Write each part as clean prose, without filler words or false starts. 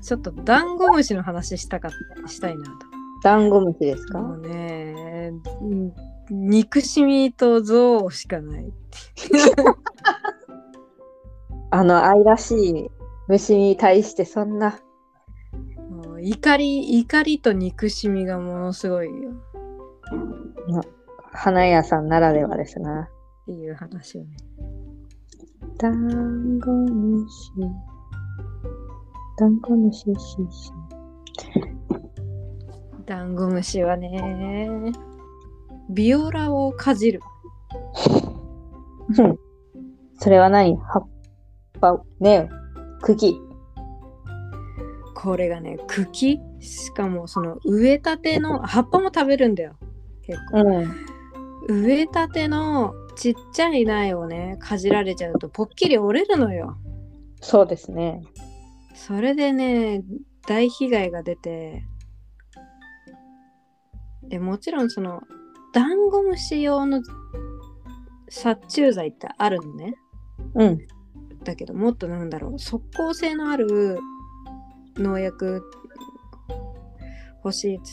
ちょっとダンゴムシの話したいなと。 ダンゴムシですか？ もうね、憎しみと憎悪しかない。 愛らしい虫に対してそんな。 もう怒りと憎しみがものすごいよ。 花屋さんならではですな。 っていう話をね。 ダンゴムシ。ダンゴムシシシ。 ダンゴムシはね、ビオラをかじる。 それは何？葉っぱね、茎。 これがね、茎、しかもその植えたての葉っぱも食べるんだよ。結構。植えたてのちっちゃい苗をね、かじられちゃうとポッキリ折れるのよ。 そうですね。 それでね、大被害が出て、でもちろんそのダンゴムシ用の殺虫剤ってあるのね。だけどもっとなんだろう、即効性のある農薬欲しいっつって、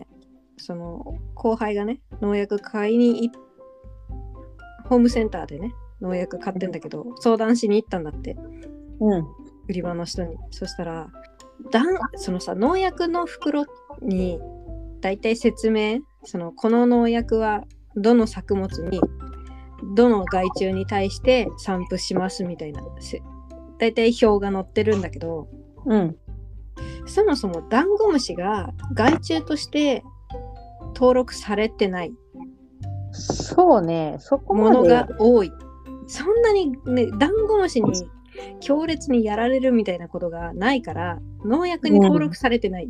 その後輩がね、農薬買いにホームセンターでね、農薬買ってんだけど、相談しに行ったんだって。売り場の人に。そしたら、そのさ、農薬の袋にだいたい説明、この農薬はどの作物にどの害虫に対して散布しますみたいなだいたい表が載ってるんだけど、そもそもダンゴムシが害虫として登録されてないそうね、そこものが多い。そんなにね、ダンゴムシに強烈にやられるみたいなことがないから農薬に登録されてない、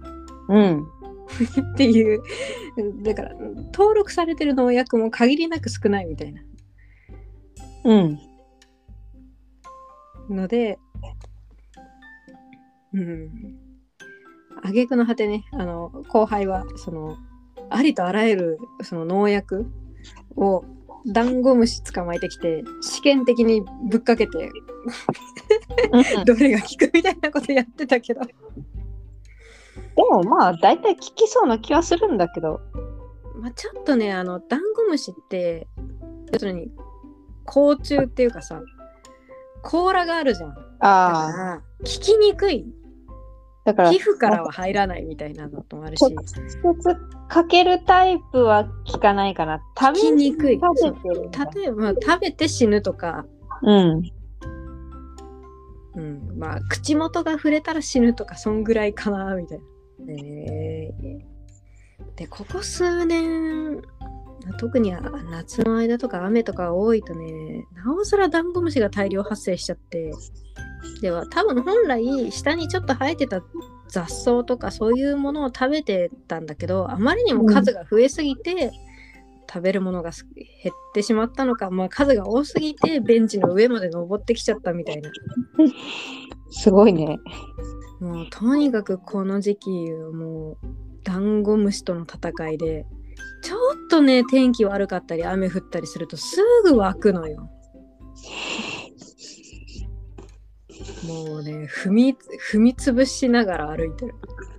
っていう。だから登録されてる農薬も限りなく少ないみたいなので、挙句の果てね、後輩はありとあらゆるその農薬をダンゴムシ捕まえてきて試験的にぶっかけてどれが効くみたいなことやってたけど、 でもまあ大体効きそうな気はするんだけど、 ちょっとね、ダンゴムシって要するに甲虫っていうかさ、甲羅があるじゃん。だから効きにくい。だから皮膚からは入らないみたいなのもあるし、 直接かけるタイプは効かないかな。 効きにくい。例えば食べて死ぬとか、口元が触れたら死ぬとか、そんぐらいかなみたいな。でここ数年特に夏の間とか雨とかが多いとね、なおさらダンゴムシが大量発生しちゃって、では多分本来下にちょっと生えてた雑草とかそういうものを食べてたんだけど、あまりにも数が増えすぎて、食べるものが減ってしまったのか、数が多すぎてベンチの上まで登ってきちゃったみたいな。 すごいね。 もうとにかくこの時期もうダンゴムシとの戦いで、ちょっとね天気悪かったり雨降ったりするとすぐ湧くのよ。もうね踏みつぶしながら歩いてる。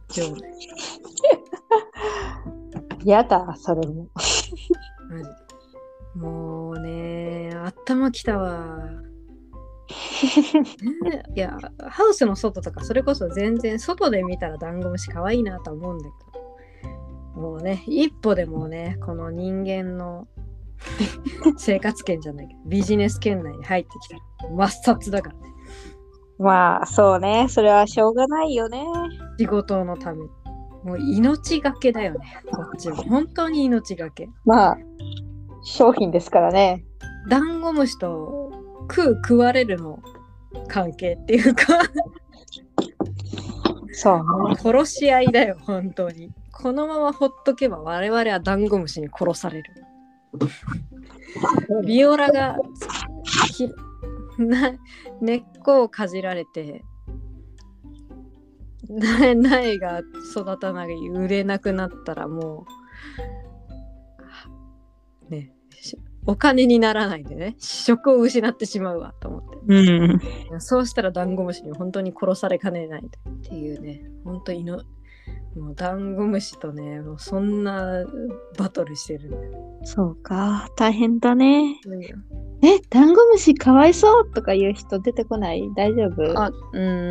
やだそれも。 マジでもうね頭きたわ。いやハウスの外とかそれこそ全然外で見たらダンゴムシ可愛いなと思うんだけど、もうね一歩でもねこの人間の生活圏じゃないけどビジネス圏内に入ってきたら抹殺だからね。 まあそうね、それはしょうがないよね。 仕事のため、もう命がけだよね。こっちは本当に命がけ。 まあ商品ですからね。 ダンゴムシと食われるの関係っていうかそうね、 殺し合いだよ本当に。このままほっとけば我々はダンゴムシに殺される。ビオラが根っこをかじられて苗が育たない売れなくなったらもうねお金にならないでね、職を失ってしまうわと思って、 うん。 そうしたらダンゴムシに本当に殺されかねないっていうね、本当にもうダンゴムシとね、もうそんなバトルしてるんだよ。 そうか、大変だね。 うんダンゴムシかわいそうとかいう人出てこない？大丈夫？ あ、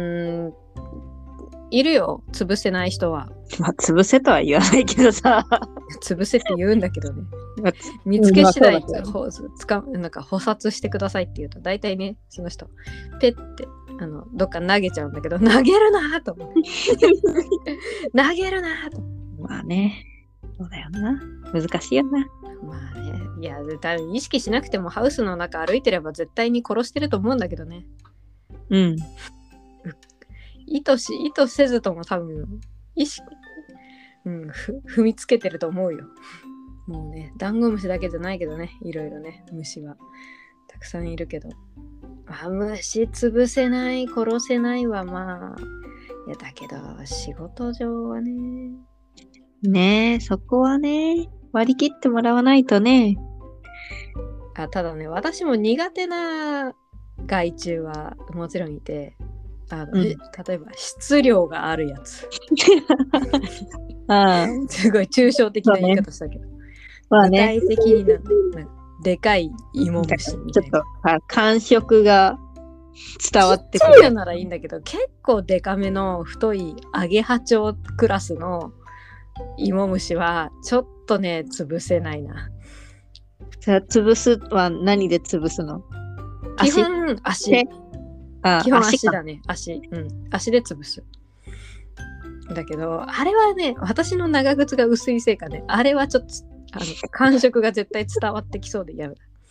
いるよ、潰せない人は。 まあ、潰せとは言わないけどさ。 潰せって言うんだけどね。 まあ見つけ次第、 まあそうだなんか捕殺してくださいって言うと、大体ね、その人、ペッて、どっか投げちゃうんだけど、投げるなーと思って。投げるなーと。 まあね。そうだよな。難しいよな。 まあね、いや、多分意識しなくてもハウスの中歩いてれば絶対に殺してると思うんだけどね。 うん。 意図せずとも多分、意識、踏みつけてると思うよ。もうね、ダンゴムシだけじゃないけどね、いろいろね、虫はたくさんいるけど、まあ、虫潰せない、殺せないはまあ、いやだけど、仕事上はね。 ねえ、そこはね、割り切ってもらわないとね。 ただね、私も苦手な害虫はもちろんいて、例えば質量があるやつ。すごい抽象的な言い方したけど。 まあね、 具体的になんかでかい芋虫みたいな。 ちょっと感触が伝わってちっちゃいのならいいんだけど、結構デカめの太いアゲハチョウクラスの芋虫はちょっとね潰せないな。 じゃあ潰すは何で潰すの？ 基本足。基本足だね。足で潰す。だけどあれはね、私の長靴が薄いせいかね、あれはちょっと感触が絶対伝わってきそうで嫌だ。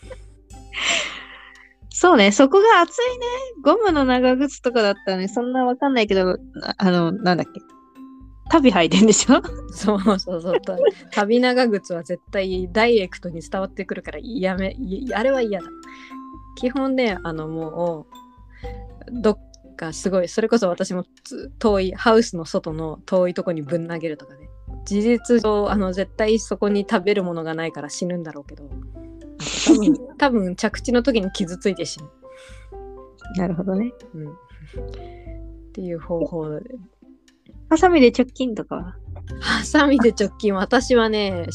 そうね、そこが熱いね。ゴムの長靴とかだったらね、そんなわかんないけど、なんだっけ。旅履いてんでしょ？ そう。旅長靴は絶対ダイレクトに伝わってくるからあれは嫌だ。基本ね、もう、どっかすごい、それこそ私も遠い、ハウスの外の遠いとこにぶん投げるとかね。事実上、絶対そこに食べるものがないから死ぬんだろうけど、多分着地の時に傷ついて死ぬ。 なるほどね。 っていう方法で。 ハサミで直近とかは？ ハサミで直近、私はね、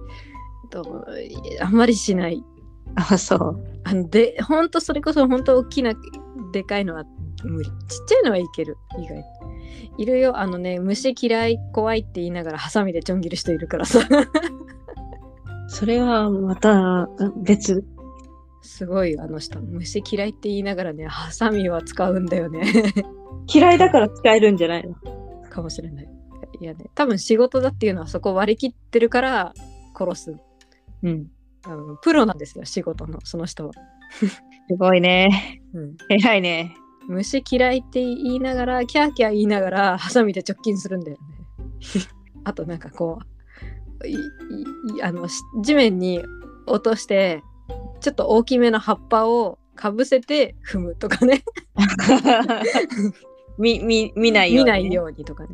あんまりしない。 そう。 ほんとそれこそ本当大きなでかいのは無理。ちっちゃいのはいける。意外といるよ。虫嫌い怖いって言いながらハサミでちょん切る人いるからさ。 それはまた別。すごい人虫嫌いって言いながらね、ハサミは使うんだよね。 嫌いだから使えるんじゃないの？ かもしれない。いやね、多分仕事だっていうのはそこ割り切ってるから殺す。プロなんですよ、仕事のその人は。 すごいね。偉いね。 虫嫌いって言いながら、キャーキャー言いながらハサミで直近するんだよね。あとなんかこう地面に落としてちょっと大きめの葉っぱをかぶせて踏むとかね。 見ないように、ね、 見ないようにとかね。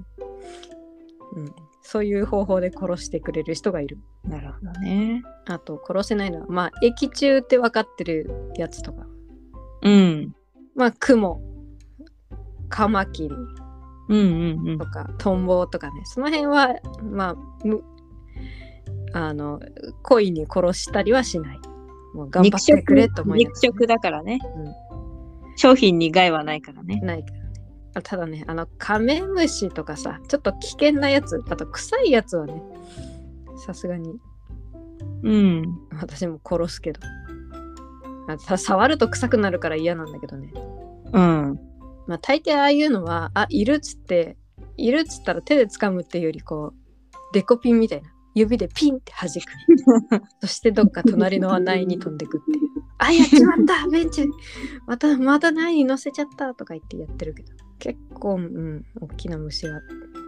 そういう方法で殺してくれる人がいる。 なるほどね。 あと殺せないのはまあ液中って分かってるやつとか。まあクモ、カマキリとか、トンボとかね。その辺はまあ故意に殺したりはしない。もう頑張ってくれと思いながら、 肉食だからね。商品に害はないからね。 ないからね。ただね、カメムシとかさ、ちょっと危険なやつ、あと臭いやつはね、さすがに、私も殺すけど。触ると臭くなるから嫌なんだけどね。まあ大抵ああいうのは、いるっつったら手で掴むっていうよりこう、デコピンみたいな。指でピンって弾く。そしてどっか隣の苗に飛んでくっていう。やっちまったベンチまた苗に乗せちゃったとか言ってやってるけど。結構、大きな虫は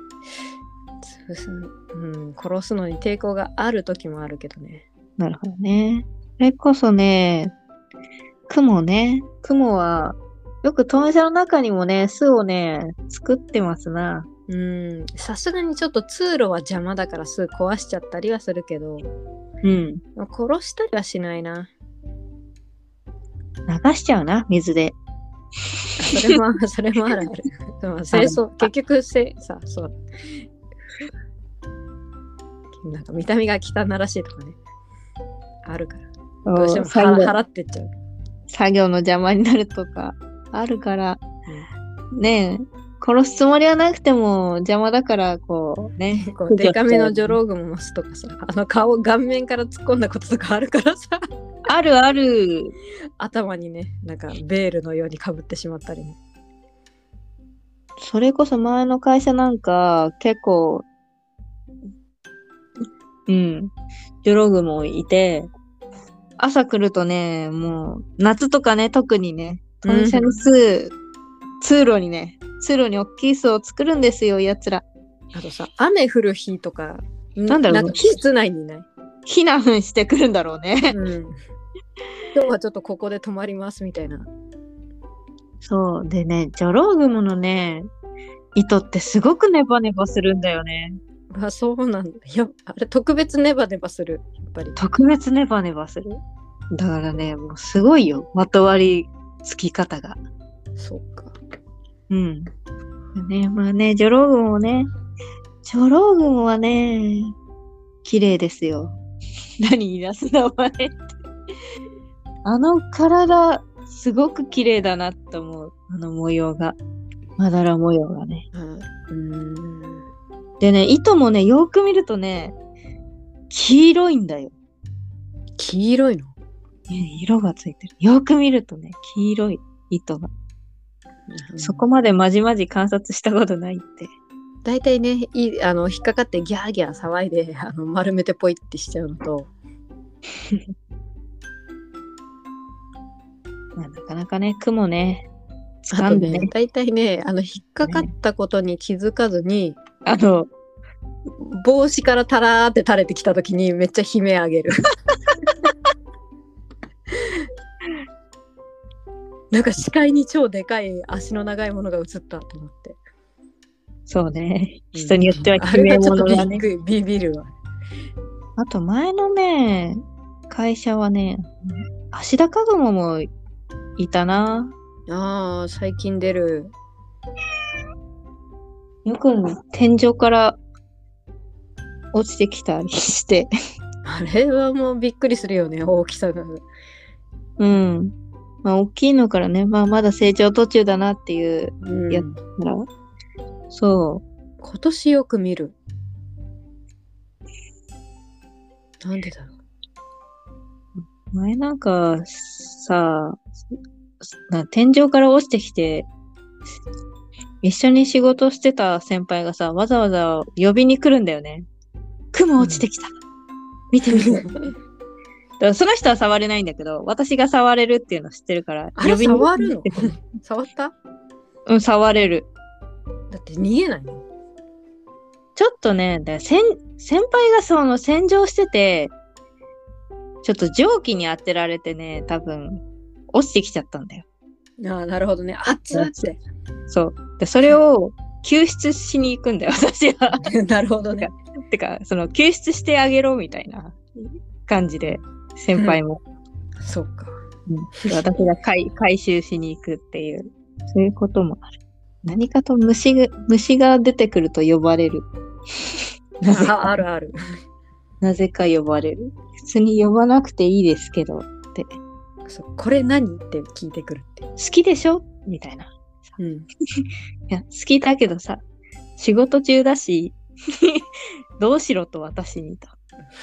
殺すのに抵抗がある時もあるけどね。 なるほどね。それこそね、クモはよくトンネルの中にもね、巣をね、作ってますな。 さすがにちょっと通路は邪魔だから巣壊しちゃったりはするけど、殺したりはしないな。 流しちゃうな、水で。 それもあるある。でも清掃、結局さ、そう。なんか見た目が汚らしいとかね。あるから。どうしても払ってっちゃう。 作業の邪魔になるとかあるから、ねえ、殺すつもりはなくても邪魔だからこうね。 こうデカめのジョロウグモの巣とかさ、顔面から突っ込んだこととかあるからさ。 あるある。 頭にね、なんかベールのようにかぶってしまったりね。 それこそ前の会社なんか結構ジョログモいて、朝来るとね、もう夏とかね、特にね、豚舎の巣、通路に大きい巣を作るんですよ、やつら。 あとさ、雨降る日とか、 なんだろう、 なんか室内にいない。 避難してくるんだろうね。 今日はちょっとここで泊まりますみたいな。 そうでね、ジョロウグモのね、糸ってすごくネバネバするんだよね。 あ、そうなんだ。いや、あれ特別ネバネバする。やっぱり。 特別ネバネバする。だからね、もうすごいよ。まとわりつき方が。 そうか。 ね、まあね、ジョロウグモはね、綺麗ですよ。何言い出すのお前って。あの体、すごく綺麗だなって思う。あの模様が。まだら模様がね。でね、糸もね、よく見るとね、黄色いんだよ。 黄色いの？ 色がついてる。よく見るとね、黄色い糸が。そこまでまじまじ観察したことないって。 だいたいね、引っかかってギャーギャー騒いで丸めてポイってしちゃうのとなかなかね、雲ね、掴んでね。 だいたいね、引っかかったことに気づかずに、帽子からタラーって垂れてきたときにめっちゃ悲鳴上げる。なんか視界に超でかい足の長いものが映ったと思って。 そうね。人によっては悲鳴ものがね。 ビビるわ。 あと前のね、会社はね、アシダカグモもいたな。 ああ、最近出る。 よく天井から落ちてきたりして。 あれはもうびっくりするよね、大きさが。 まあ大きいのからね、まあまだ成長途中だなっていうやつから。そう。 今年よく見る。なんでだろう。前なんかさ、天井から落ちてきて、一緒に仕事してた先輩がさ、わざわざ呼びに来るんだよね。雲落ちてきた。見てみて。だからその人は触れないんだけど、私が触れるっていうの知ってるから。 呼びに触るの？触った？ 触れる。 だって逃げないの？ ちょっとね、先輩がその洗浄してて、ちょっと蒸気に当てられてね、多分落ちてきちゃったんだよ。 ああ、なるほどね。熱って。 そう。で、それを救出しに行くんだよ、私は。 なるほどね。 てか、救出してあげろみたいな感じで、先輩も。 そうか。 私が回収しに行くっていう、そういうこともある。何かと虫が出てくると呼ばれる。 あるある。 なぜか呼ばれる。普通に呼ばなくていいですけどって。 これ何って聞いてくるって。 好きでしょみたいな。いや、好きだけどさ、仕事中だし、どうしろと私にと。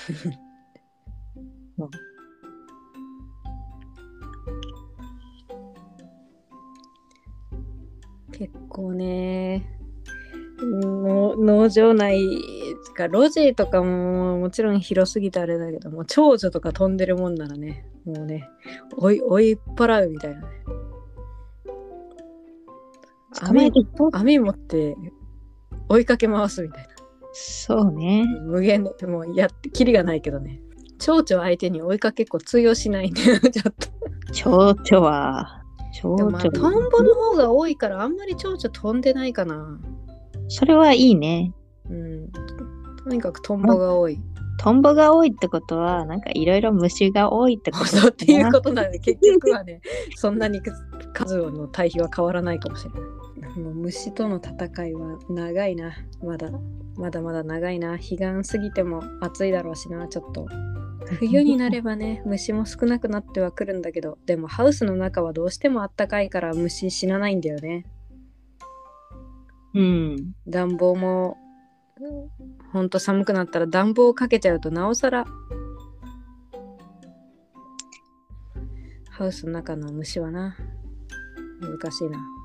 結構ね、農場内か路地とかももちろん広すぎてあれだけども、蝶々とか飛んでるもんならね、もうね、追い払うみたいなね。網持って追いかけ回すみたいな。 そうね。 無限でもうキリがないけどね。蝶々相手に追いかけっこ通用しないんでちょっと。 蝶々は。 でもトンボの方が多いからあんまり蝶々飛んでないかな。 それはいいね。 とにかくトンボが多い。 トンボが多いってことは、なんかいろいろ虫が多いってことそうっていうことなんで、結局はね、そんなに数の対比は変わらないかもしれない。もう虫との戦いは長いな。まだまだ長いな。彼岸過ぎても暑いだろうしな、ちょっと。冬になればね、虫も少なくなってはくるんだけど、でもハウスの中はどうしてもあったかいから虫死なないんだよね。 うん。 暖房もほんと寒くなったら暖房をかけちゃうとなおさらハウスの中の虫はな難しいな。